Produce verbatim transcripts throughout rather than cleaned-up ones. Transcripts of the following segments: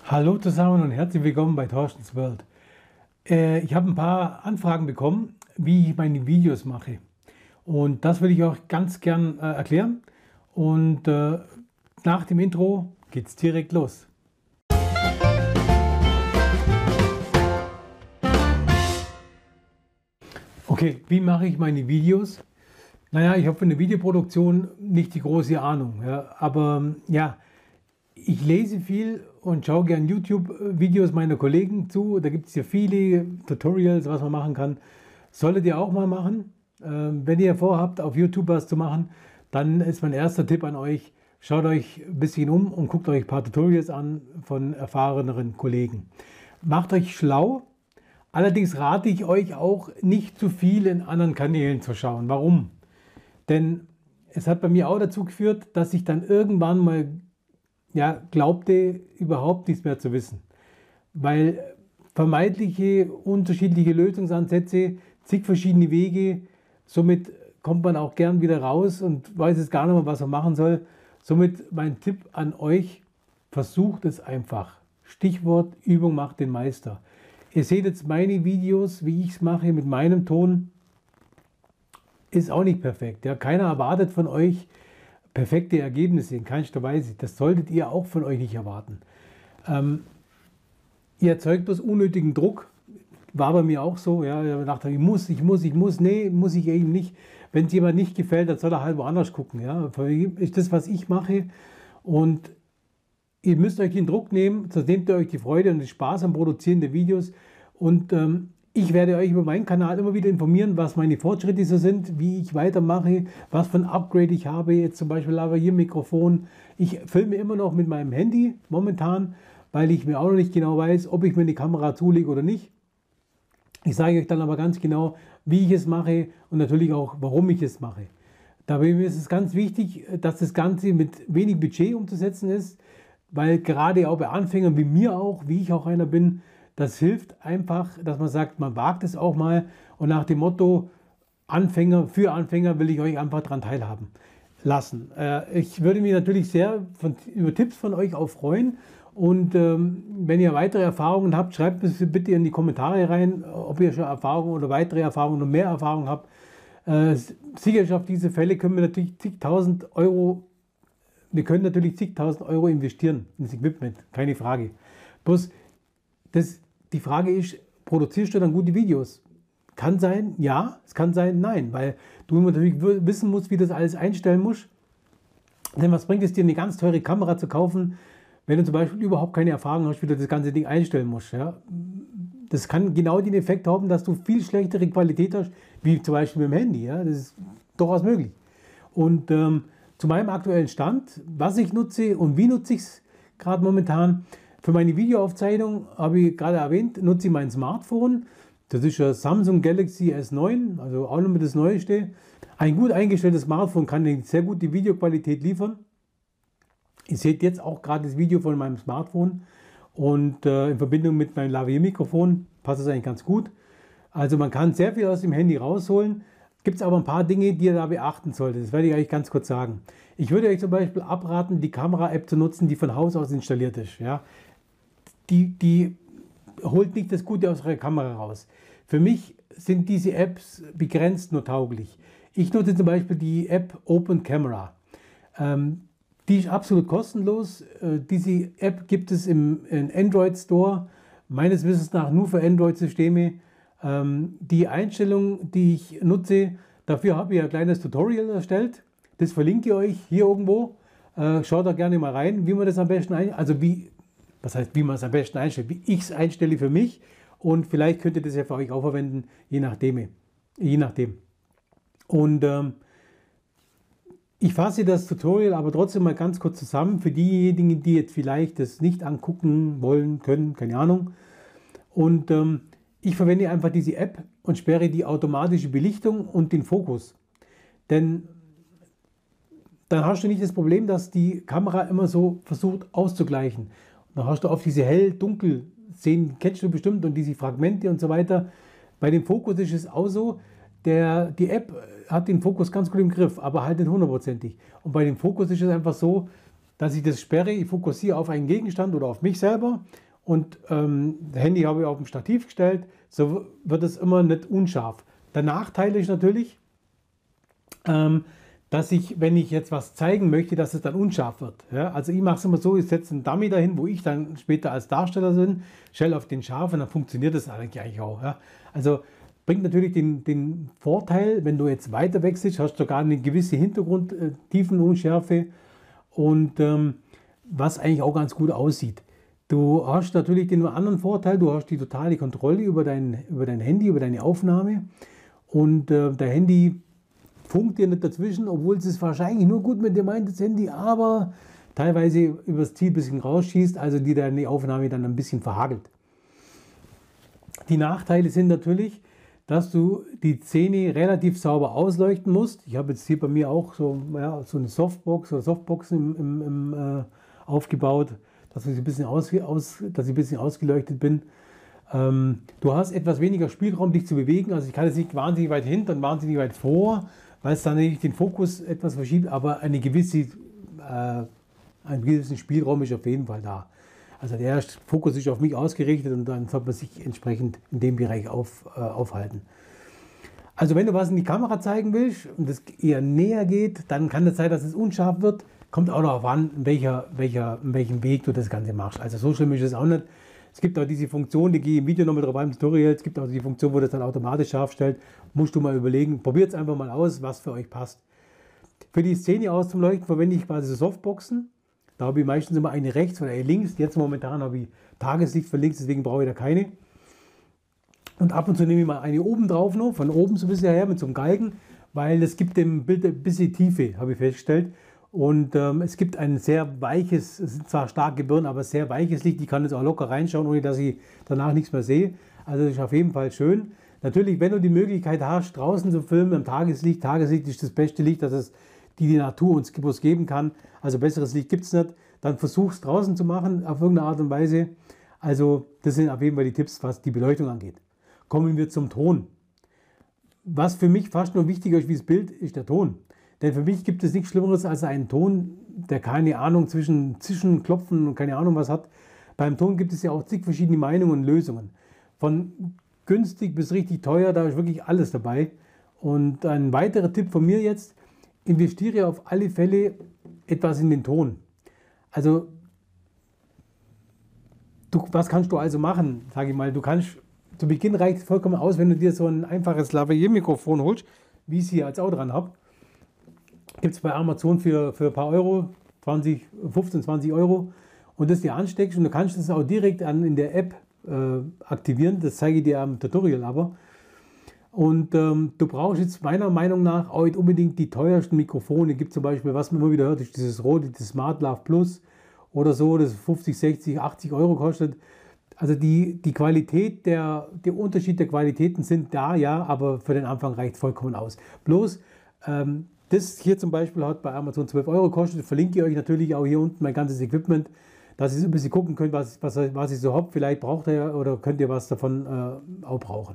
Hallo zusammen und herzlich willkommen bei Thorstens World. Äh, ich habe ein paar Anfragen bekommen, wie ich meine Videos mache. Und das will ich euch ganz gern äh, erklären. Und äh, nach dem Intro geht es direkt los. Okay, wie mache ich meine Videos? Naja, ich habe von der Videoproduktion nicht die große Ahnung. Ja, aber ja, ich lese viel und schaue gern YouTube-Videos meiner Kollegen zu. Da gibt es ja viele Tutorials, was man machen kann. Solltet ihr auch mal machen. Ähm, wenn ihr vorhabt, auf YouTube was zu machen, dann ist mein erster Tipp an euch, schaut euch ein bisschen um und guckt euch ein paar Tutorials an von erfahreneren Kollegen. Macht euch schlau. Allerdings rate ich euch auch, nicht zu viel in anderen Kanälen zu schauen. Warum? Denn es hat bei mir auch dazu geführt, dass ich dann irgendwann mal ja, glaubte, überhaupt nichts mehr zu wissen. Weil vermeintliche unterschiedliche Lösungsansätze, zig verschiedene Wege, somit kommt man auch gern wieder raus und weiß es gar nicht mehr, was man machen soll. Somit mein Tipp an euch, versucht es einfach. Stichwort Übung macht den Meister. Ihr seht jetzt meine Videos, wie ich es mache mit meinem Ton, ist auch nicht perfekt. Ja. Keiner erwartet von euch perfekte Ergebnisse in keinster Weise. Das solltet ihr auch von euch nicht erwarten. Ähm, ihr erzeugt bloß unnötigen Druck. War bei mir auch so. Ja, ich dachte, ich muss, ich muss, ich muss. Nee, muss ich eben nicht. Wenn es jemand nicht gefällt, dann soll er halt woanders gucken. Ja, ist das, was ich mache. Und ihr müsst euch den Druck nehmen, sonst nehmt ihr euch die Freude und den Spaß am Produzieren der Videos. Und ähm, ich werde euch über meinen Kanal immer wieder informieren, was meine Fortschritte so sind, wie ich weitermache, was für ein Upgrade ich habe. Jetzt zum Beispiel Lavalier-Mikrofon. Ich filme immer noch mit meinem Handy momentan, weil ich mir auch noch nicht genau weiß, ob ich mir die Kamera zulege oder nicht. Ich sage euch dann aber ganz genau, wie ich es mache und natürlich auch, warum ich es mache. Dabei ist es ganz wichtig, dass das Ganze mit wenig Budget umzusetzen ist, weil gerade auch bei Anfängern wie mir auch, wie ich auch einer bin, das hilft einfach, dass man sagt, man wagt es auch mal und nach dem Motto Anfänger, für Anfänger will ich euch einfach daran teilhaben lassen. Äh, ich würde mich natürlich sehr von, über Tipps von euch auch freuen und ähm, wenn ihr weitere Erfahrungen habt, schreibt es bitte in die Kommentare rein, ob ihr schon Erfahrungen oder weitere Erfahrungen oder mehr Erfahrungen habt. Äh, sicherlich auf diese Fälle können wir natürlich zigtausend Euro, wir können natürlich zigtausend Euro investieren in das Equipment, keine Frage. Bloß das Die Frage ist, produzierst du dann gute Videos? Kann sein, ja, es kann sein, nein, weil du natürlich wissen musst, wie das alles einstellen musst. Denn was bringt es dir, eine ganz teure Kamera zu kaufen, wenn du zum Beispiel überhaupt keine Erfahrung hast, wie du das ganze Ding einstellen musst? Ja? Das kann genau den Effekt haben, dass du viel schlechtere Qualität hast, wie zum Beispiel mit dem Handy. Ja? Das ist durchaus möglich. Und ähm, zu meinem aktuellen Stand, was ich nutze und wie nutze ich es gerade momentan. Für meine Videoaufzeichnung, habe ich gerade erwähnt, nutze ich mein Smartphone. Das ist ein Samsung Galaxy S neun, also auch noch mit das Neueste. Ein gut eingestelltes Smartphone kann eine sehr gute Videoqualität liefern. Ihr seht jetzt auch gerade das Video von meinem Smartphone und äh, in Verbindung mit meinem Lavalier-Mikrofon passt es eigentlich ganz gut. Also man kann sehr viel aus dem Handy rausholen. Gibt es aber ein paar Dinge, die ihr da beachten solltet. Das werde ich euch ganz kurz sagen. Ich würde euch zum Beispiel abraten, die Kamera-App zu nutzen, die von Haus aus installiert ist. Ja? Die, die holt nicht das Gute aus eurer Kamera raus. Für mich sind diese Apps begrenzt nur tauglich. Ich nutze zum Beispiel die App Open Camera. Ähm, die ist absolut kostenlos. Äh, diese App gibt es im, im Android Store, meines Wissens nach nur für Android-Systeme. Ähm, die Einstellung, die ich nutze, dafür habe ich ein kleines Tutorial erstellt. Das verlinke ich euch hier irgendwo. Äh, schaut da gerne mal rein, wie man das am besten einstellt. Also wie Was heißt, wie man es am besten einstellt, wie ich es einstelle für mich und vielleicht könnt ihr das ja für euch auch verwenden, je nachdem. Je nachdem. Und ähm, ich fasse das Tutorial aber trotzdem mal ganz kurz zusammen für diejenigen, die jetzt vielleicht das nicht angucken wollen, können, keine Ahnung. Und ähm, ich verwende einfach diese App und sperre die automatische Belichtung und den Fokus. Denn dann hast du nicht das Problem, dass die Kamera immer so versucht auszugleichen. Dann hast du auf diese hell-dunkel-Szenen, kennst du bestimmt, und diese Fragmente und so weiter. Bei dem Fokus ist es auch so, der, die App hat den Fokus ganz gut im Griff, aber halt nicht hundertprozentig. Und bei dem Fokus ist es einfach so, dass ich das sperre. Ich fokussiere auf einen Gegenstand oder auf mich selber und ähm, das Handy habe ich auf dem Stativ gestellt. So wird es immer nicht unscharf. Der Nachteil ist natürlich, ähm, dass ich, wenn ich jetzt was zeigen möchte, dass es dann unscharf wird. Ja? Also ich mache es immer so, ich setze einen Dummy dahin, wo ich dann später als Darsteller bin, stelle auf den scharf und dann funktioniert das eigentlich auch. Ja? Also bringt natürlich den, den Vorteil, wenn du jetzt weiter weg sitzt, hast du sogar eine gewisse Hintergrundtiefenunschärfe und ähm, was eigentlich auch ganz gut aussieht. Du hast natürlich den anderen Vorteil, du hast die totale Kontrolle über dein, über dein Handy, über deine Aufnahme und äh, dein Handy funkt dir nicht dazwischen, obwohl es wahrscheinlich nur gut mit dir meint, das Handy, aber teilweise übers Ziel ein bisschen rausschießt, also die deine Aufnahme dann ein bisschen verhagelt. Die Nachteile sind natürlich, dass du die Szene relativ sauber ausleuchten musst. Ich habe jetzt hier bei mir auch so, ja, so eine Softbox oder Softboxen im, im, im, äh, aufgebaut, dass ich ein bisschen, aus, aus, dass ich ein bisschen ausgeleuchtet bin. Ähm, du hast etwas weniger Spielraum, dich zu bewegen. Also ich kann jetzt nicht wahnsinnig weit hinten und wahnsinnig weit vor, weil es dann natürlich den Fokus etwas verschiebt, aber eine gewisse, äh, einen gewissen Spielraum ist auf jeden Fall da. Also der Fokus ist auf mich ausgerichtet und dann sollte man sich entsprechend in dem Bereich auf, äh, aufhalten. Also wenn du was in die Kamera zeigen willst und das eher näher geht, dann kann es sein, dass es unscharf wird. Kommt auch darauf an, in, welcher, welcher, in welchem Weg du das Ganze machst. Also so schlimm ist es auch nicht. Es gibt auch diese Funktion, die gehe ich im Video nochmal drauf ein, im Tutorial. Es gibt auch die Funktion, wo das dann automatisch scharf stellt. Musst du mal überlegen, probiert es einfach mal aus, was für euch passt. Für die Szene auszuleuchten verwende ich quasi so Softboxen. Da habe ich meistens immer eine rechts oder eine links. Jetzt momentan habe ich Tageslicht für links, deswegen brauche ich da keine. Und ab und zu nehme ich mal eine oben drauf noch, von oben so ein bisschen her mit so einem Galgen, weil es gibt dem Bild ein bisschen Tiefe, habe ich festgestellt. Und ähm, es gibt ein sehr weiches, es sind zwar starke Birnen, aber sehr weiches Licht. Ich kann jetzt auch locker reinschauen, ohne dass ich danach nichts mehr sehe. Also das ist auf jeden Fall schön. Natürlich, wenn du die Möglichkeit hast, draußen zu filmen, im Tageslicht, Tageslicht ist das beste Licht, das es die die Natur uns geben kann. Also besseres Licht gibt es nicht. Dann versuch es draußen zu machen, auf irgendeine Art und Weise. Also das sind auf jeden Fall die Tipps, was die Beleuchtung angeht. Kommen wir zum Ton. Was für mich fast noch wichtiger ist wie das Bild, ist der Ton. Denn für mich gibt es nichts Schlimmeres als einen Ton, der keine Ahnung zwischen Zischen, Klopfen und keine Ahnung was hat. Beim Ton gibt es ja auch zig verschiedene Meinungen und Lösungen. Von günstig bis richtig teuer, da ist wirklich alles dabei. Und ein weiterer Tipp von mir jetzt, investiere auf alle Fälle etwas in den Ton. Also, du, was kannst du also machen, sage ich mal, du kannst, zu Beginn reicht es vollkommen aus, wenn du dir so ein einfaches Lavalier-Mikrofon holst, wie ich es hier als auch dran habe. Gibt es bei Amazon für, für ein paar Euro, zwanzig, fünfzehn, zwanzig Euro und das dir ansteckst und du kannst das auch direkt an, in der App äh, aktivieren, das zeige ich dir am Tutorial aber. Und ähm, du brauchst jetzt meiner Meinung nach auch nicht unbedingt die teuersten Mikrofone. Es gibt zum Beispiel, was man immer wieder hört, ist dieses rote, das Smart Lav Plus oder so, das fünfzig, sechzig, achtzig Euro kostet. Also die, die Qualität, der, der Unterschied der Qualitäten sind da, ja, aber für den Anfang reicht es vollkommen aus. Bloß, ähm, das hier zum Beispiel hat bei Amazon zwölf Euro gekostet. Verlinke ich euch natürlich auch hier unten mein ganzes Equipment, dass ihr so ein bisschen gucken könnt, was, was, was ich so habe. Vielleicht braucht ihr oder könnt ihr was davon äh, auch brauchen.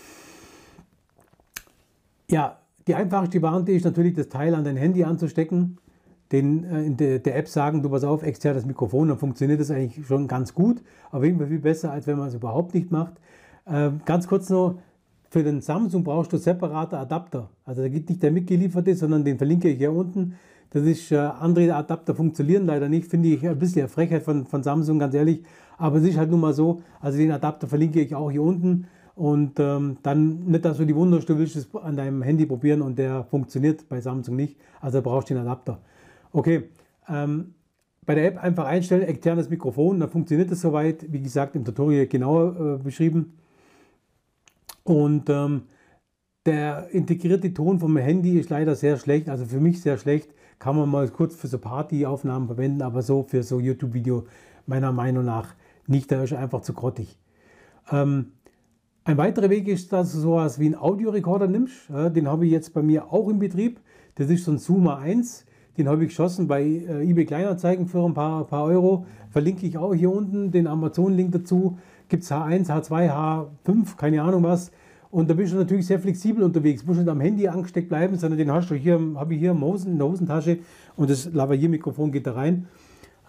Ja, die einfachste Variante ist natürlich, das Teil an dein Handy anzustecken, den, äh, in der, der App sagen, du pass auf, externes Mikrofon, dann funktioniert das eigentlich schon ganz gut. Auf jeden Fall viel besser, als wenn man es überhaupt nicht macht. Äh, ganz kurz noch, für den Samsung brauchst du separate Adapter. Also da geht nicht der mitgelieferte, sondern den verlinke ich hier unten. Das ist, äh, andere Adapter funktionieren leider nicht, finde ich ein bisschen eine Frechheit von, von Samsung, ganz ehrlich. Aber es ist halt nun mal so, also den Adapter verlinke ich auch hier unten. Und ähm, dann nicht, dass du die wunderst, du willst es an deinem Handy probieren und der funktioniert bei Samsung nicht. Also brauchst du den Adapter. Okay, ähm, bei der App einfach einstellen, externes Mikrofon, dann funktioniert das soweit. Wie gesagt, im Tutorial genauer äh, beschrieben. Und ähm, der integrierte Ton vom Handy ist leider sehr schlecht, also für mich sehr schlecht. Kann man mal kurz für so Partyaufnahmen verwenden, aber so für so YouTube-Video meiner Meinung nach nicht, da ist er einfach zu grottig. Ähm, Ein weiterer Weg ist, dass du sowas wie einen Audiorekorder nimmst. Ja, den habe ich jetzt bei mir auch im Betrieb. Das ist so ein Zoomer eins. Den habe ich geschossen bei äh, eBay Kleinanzeigen für ein paar, paar Euro. Verlinke ich auch hier unten den Amazon-Link dazu. Gibt es H eins, H zwei, H fünf, keine Ahnung was. Und da bist du natürlich sehr flexibel unterwegs. Du musst nicht am Handy angesteckt bleiben, sondern den hast du hier, habe ich hier in der Hosentasche und das Lavalier-Mikrofon geht da rein.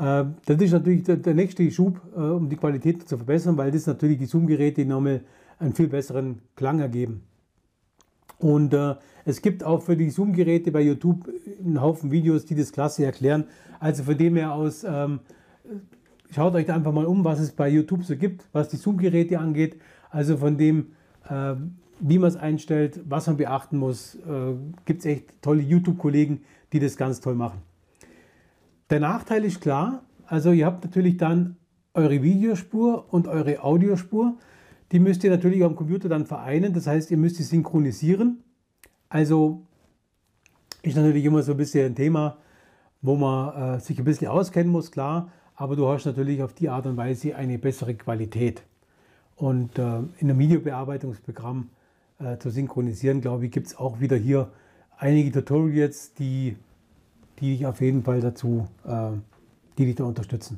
Äh, das ist natürlich der, der nächste Schub, äh, um die Qualität zu verbessern, weil das natürlich die Zoom-Geräte nochmal einen viel besseren Klang ergeben. Und äh, es gibt auch für die Zoom-Geräte bei YouTube einen Haufen Videos, die das klasse erklären. Also von dem her aus, ähm, schaut euch da einfach mal um, was es bei YouTube so gibt, was die Zoom-Geräte angeht. Also von dem, äh, wie man es einstellt, was man beachten muss, äh, gibt es echt tolle YouTube-Kollegen, die das ganz toll machen. Der Nachteil ist klar, also ihr habt natürlich dann eure Videospur und eure Audiospur. Die müsst ihr natürlich am Computer dann vereinen, das heißt, ihr müsst sie synchronisieren. Also ist natürlich immer so ein bisschen ein Thema, wo man äh, sich ein bisschen auskennen muss, klar, aber du hast natürlich auf die Art und Weise eine bessere Qualität. Und äh, in einem Videobearbeitungsprogramm äh, zu synchronisieren, glaube ich, gibt es auch wieder hier einige Tutorials, die, die dich auf jeden Fall dazu, äh, die dich da unterstützen.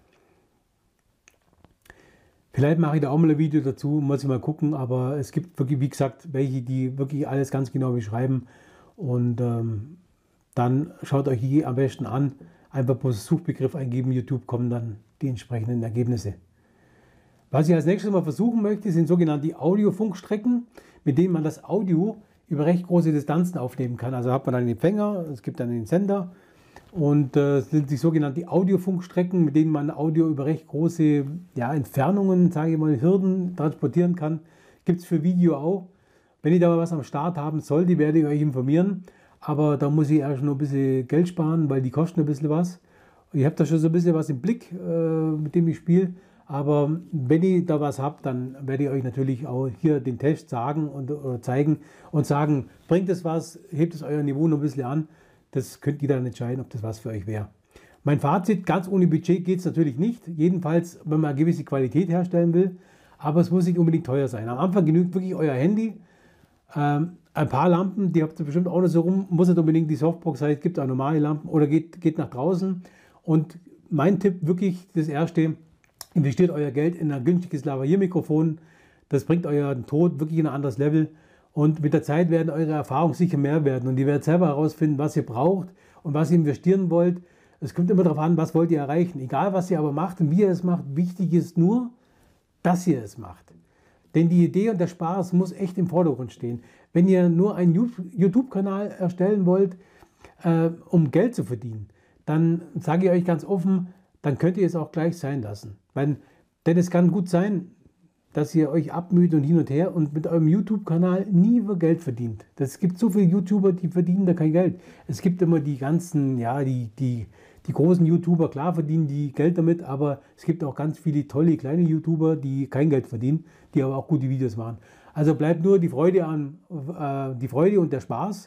Vielleicht mache ich da auch mal ein Video dazu, muss ich mal gucken, aber es gibt wirklich, wie gesagt, welche, die wirklich alles ganz genau beschreiben. Und ähm, dann schaut euch die am besten an, einfach bloß Suchbegriff eingeben, YouTube, kommen dann die entsprechenden Ergebnisse. Was ich als nächstes mal versuchen möchte, sind sogenannte Audiofunkstrecken, mit denen man das Audio über recht große Distanzen aufnehmen kann. Also hat man dann einen Empfänger, es gibt dann einen Sender. Und äh, das sind die sogenannten Audiofunkstrecken, mit denen man Audio über recht große ja, Entfernungen, sage ich mal, Hürden transportieren kann. Gibt es für Video auch. Wenn ich da mal was am Start haben sollte, werde ich euch informieren. Aber da muss ich erst noch ein bisschen Geld sparen, weil die kosten ein bisschen was. Ich habe da schon so ein bisschen was im Blick, äh, mit dem ich spiele. Aber wenn ich da was habe, dann werde ich euch natürlich auch hier den Test sagen und oder zeigen und sagen, bringt es was, hebt es euer Niveau noch ein bisschen an. Das könnt ihr dann entscheiden, ob das was für euch wäre. Mein Fazit, ganz ohne Budget geht es natürlich nicht. Jedenfalls, wenn man eine gewisse Qualität herstellen will. Aber es muss nicht unbedingt teuer sein. Am Anfang genügt wirklich euer Handy. Ähm, ein paar Lampen, die habt ihr bestimmt auch noch so rum. Muss nicht unbedingt die Softbox sein, es gibt auch normale Lampen. Oder geht, geht nach draußen. Und mein Tipp wirklich, das erste, investiert euer Geld in ein günstiges Lavalier-Mikrofon. Das bringt euren Ton wirklich in ein anderes Level. Und mit der Zeit werden eure Erfahrungen sicher mehr werden. Und ihr werdet selber herausfinden, was ihr braucht und was ihr investieren wollt. Es kommt immer darauf an, was wollt ihr erreichen. Egal, was ihr aber macht und wie ihr es macht, wichtig ist nur, dass ihr es macht. Denn die Idee und der Spaß muss echt im Vordergrund stehen. Wenn ihr nur einen YouTube-Kanal erstellen wollt, äh, um Geld zu verdienen, dann sage ich euch ganz offen, dann könnt ihr es auch gleich sein lassen. Weil, denn es kann gut sein, dass ihr euch abmüht und hin und her und mit eurem YouTube-Kanal nie über Geld verdient. Es gibt so viele YouTuber, die verdienen da kein Geld. Es gibt immer die ganzen, ja, die, die, die großen YouTuber, klar verdienen die Geld damit, aber es gibt auch ganz viele tolle kleine YouTuber, die kein Geld verdienen, die aber auch gute Videos machen. Also bleibt nur die Freude an, äh, die Freude und der Spaß.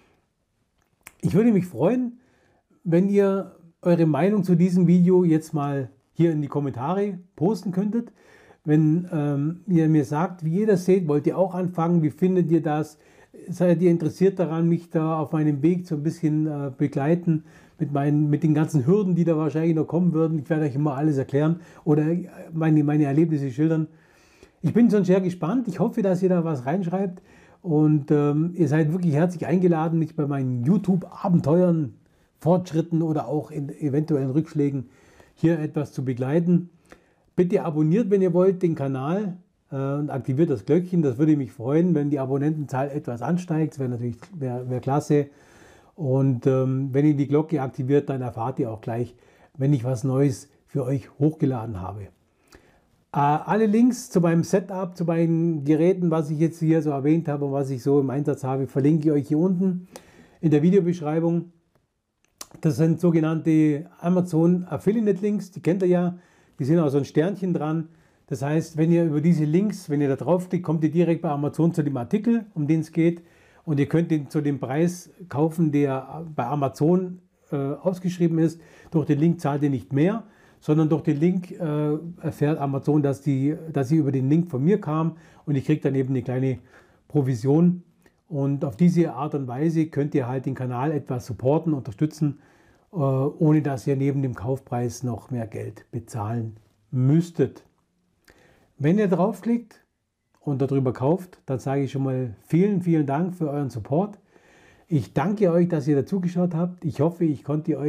Ich würde mich freuen, wenn ihr eure Meinung zu diesem Video jetzt mal hier in die Kommentare posten könntet. Wenn ähm, ihr mir sagt, wie ihr das seht, wollt ihr auch anfangen, wie findet ihr das? Seid ihr interessiert daran, mich da auf meinem Weg so ein bisschen äh, begleiten mit, meinen, mit den ganzen Hürden, die da wahrscheinlich noch kommen würden? Ich werde euch immer alles erklären oder meine, meine Erlebnisse schildern. Ich bin schon sehr gespannt. Ich hoffe, dass ihr da was reinschreibt und ähm, ihr seid wirklich herzlich eingeladen, mich bei meinen YouTube-Abenteuern, Fortschritten oder auch in eventuellen Rückschlägen hier etwas zu begleiten. Bitte abonniert, wenn ihr wollt, den Kanal äh, und aktiviert das Glöckchen. Das würde mich freuen, wenn die Abonnentenzahl etwas ansteigt. Das wäre natürlich wär, wär klasse. Und ähm, wenn ihr die Glocke aktiviert, dann erfahrt ihr auch gleich, wenn ich was Neues für euch hochgeladen habe. Äh, alle Links zu meinem Setup, zu meinen Geräten, was ich jetzt hier so erwähnt habe und was ich so im Einsatz habe, verlinke ich euch hier unten in der Videobeschreibung. Das sind sogenannte Amazon Affiliate Links, die kennt ihr ja. Die sind auch so ein Sternchen dran. Das heißt, wenn ihr über diese Links, wenn ihr da draufklickt, kommt ihr direkt bei Amazon zu dem Artikel, um den es geht. Und ihr könnt den zu dem Preis kaufen, der bei Amazon äh, ausgeschrieben ist. Durch den Link zahlt ihr nicht mehr, sondern durch den Link äh, erfährt Amazon, dass, die, dass sie über den Link von mir kam. Und ich kriege dann eben eine kleine Provision. Und auf diese Art und Weise könnt ihr halt den Kanal etwas supporten, unterstützen, ohne dass ihr neben dem Kaufpreis noch mehr Geld bezahlen müsstet. Wenn ihr draufklickt und darüber kauft, dann sage ich schon mal vielen, vielen Dank für euren Support. Ich danke euch, dass ihr dazugeschaut habt. Ich hoffe, ich konnte euch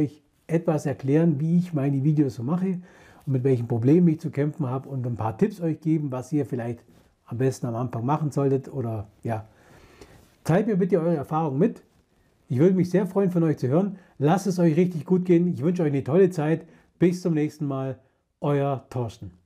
etwas erklären, wie ich meine Videos so mache und mit welchen Problemen ich zu kämpfen habe und ein paar Tipps euch geben, was ihr vielleicht am besten am Anfang machen solltet oder ja. Teilt mir bitte eure Erfahrungen mit. Ich würde mich sehr freuen, von euch zu hören. Lasst es euch richtig gut gehen. Ich wünsche euch eine tolle Zeit. Bis zum nächsten Mal. Euer Thorsten.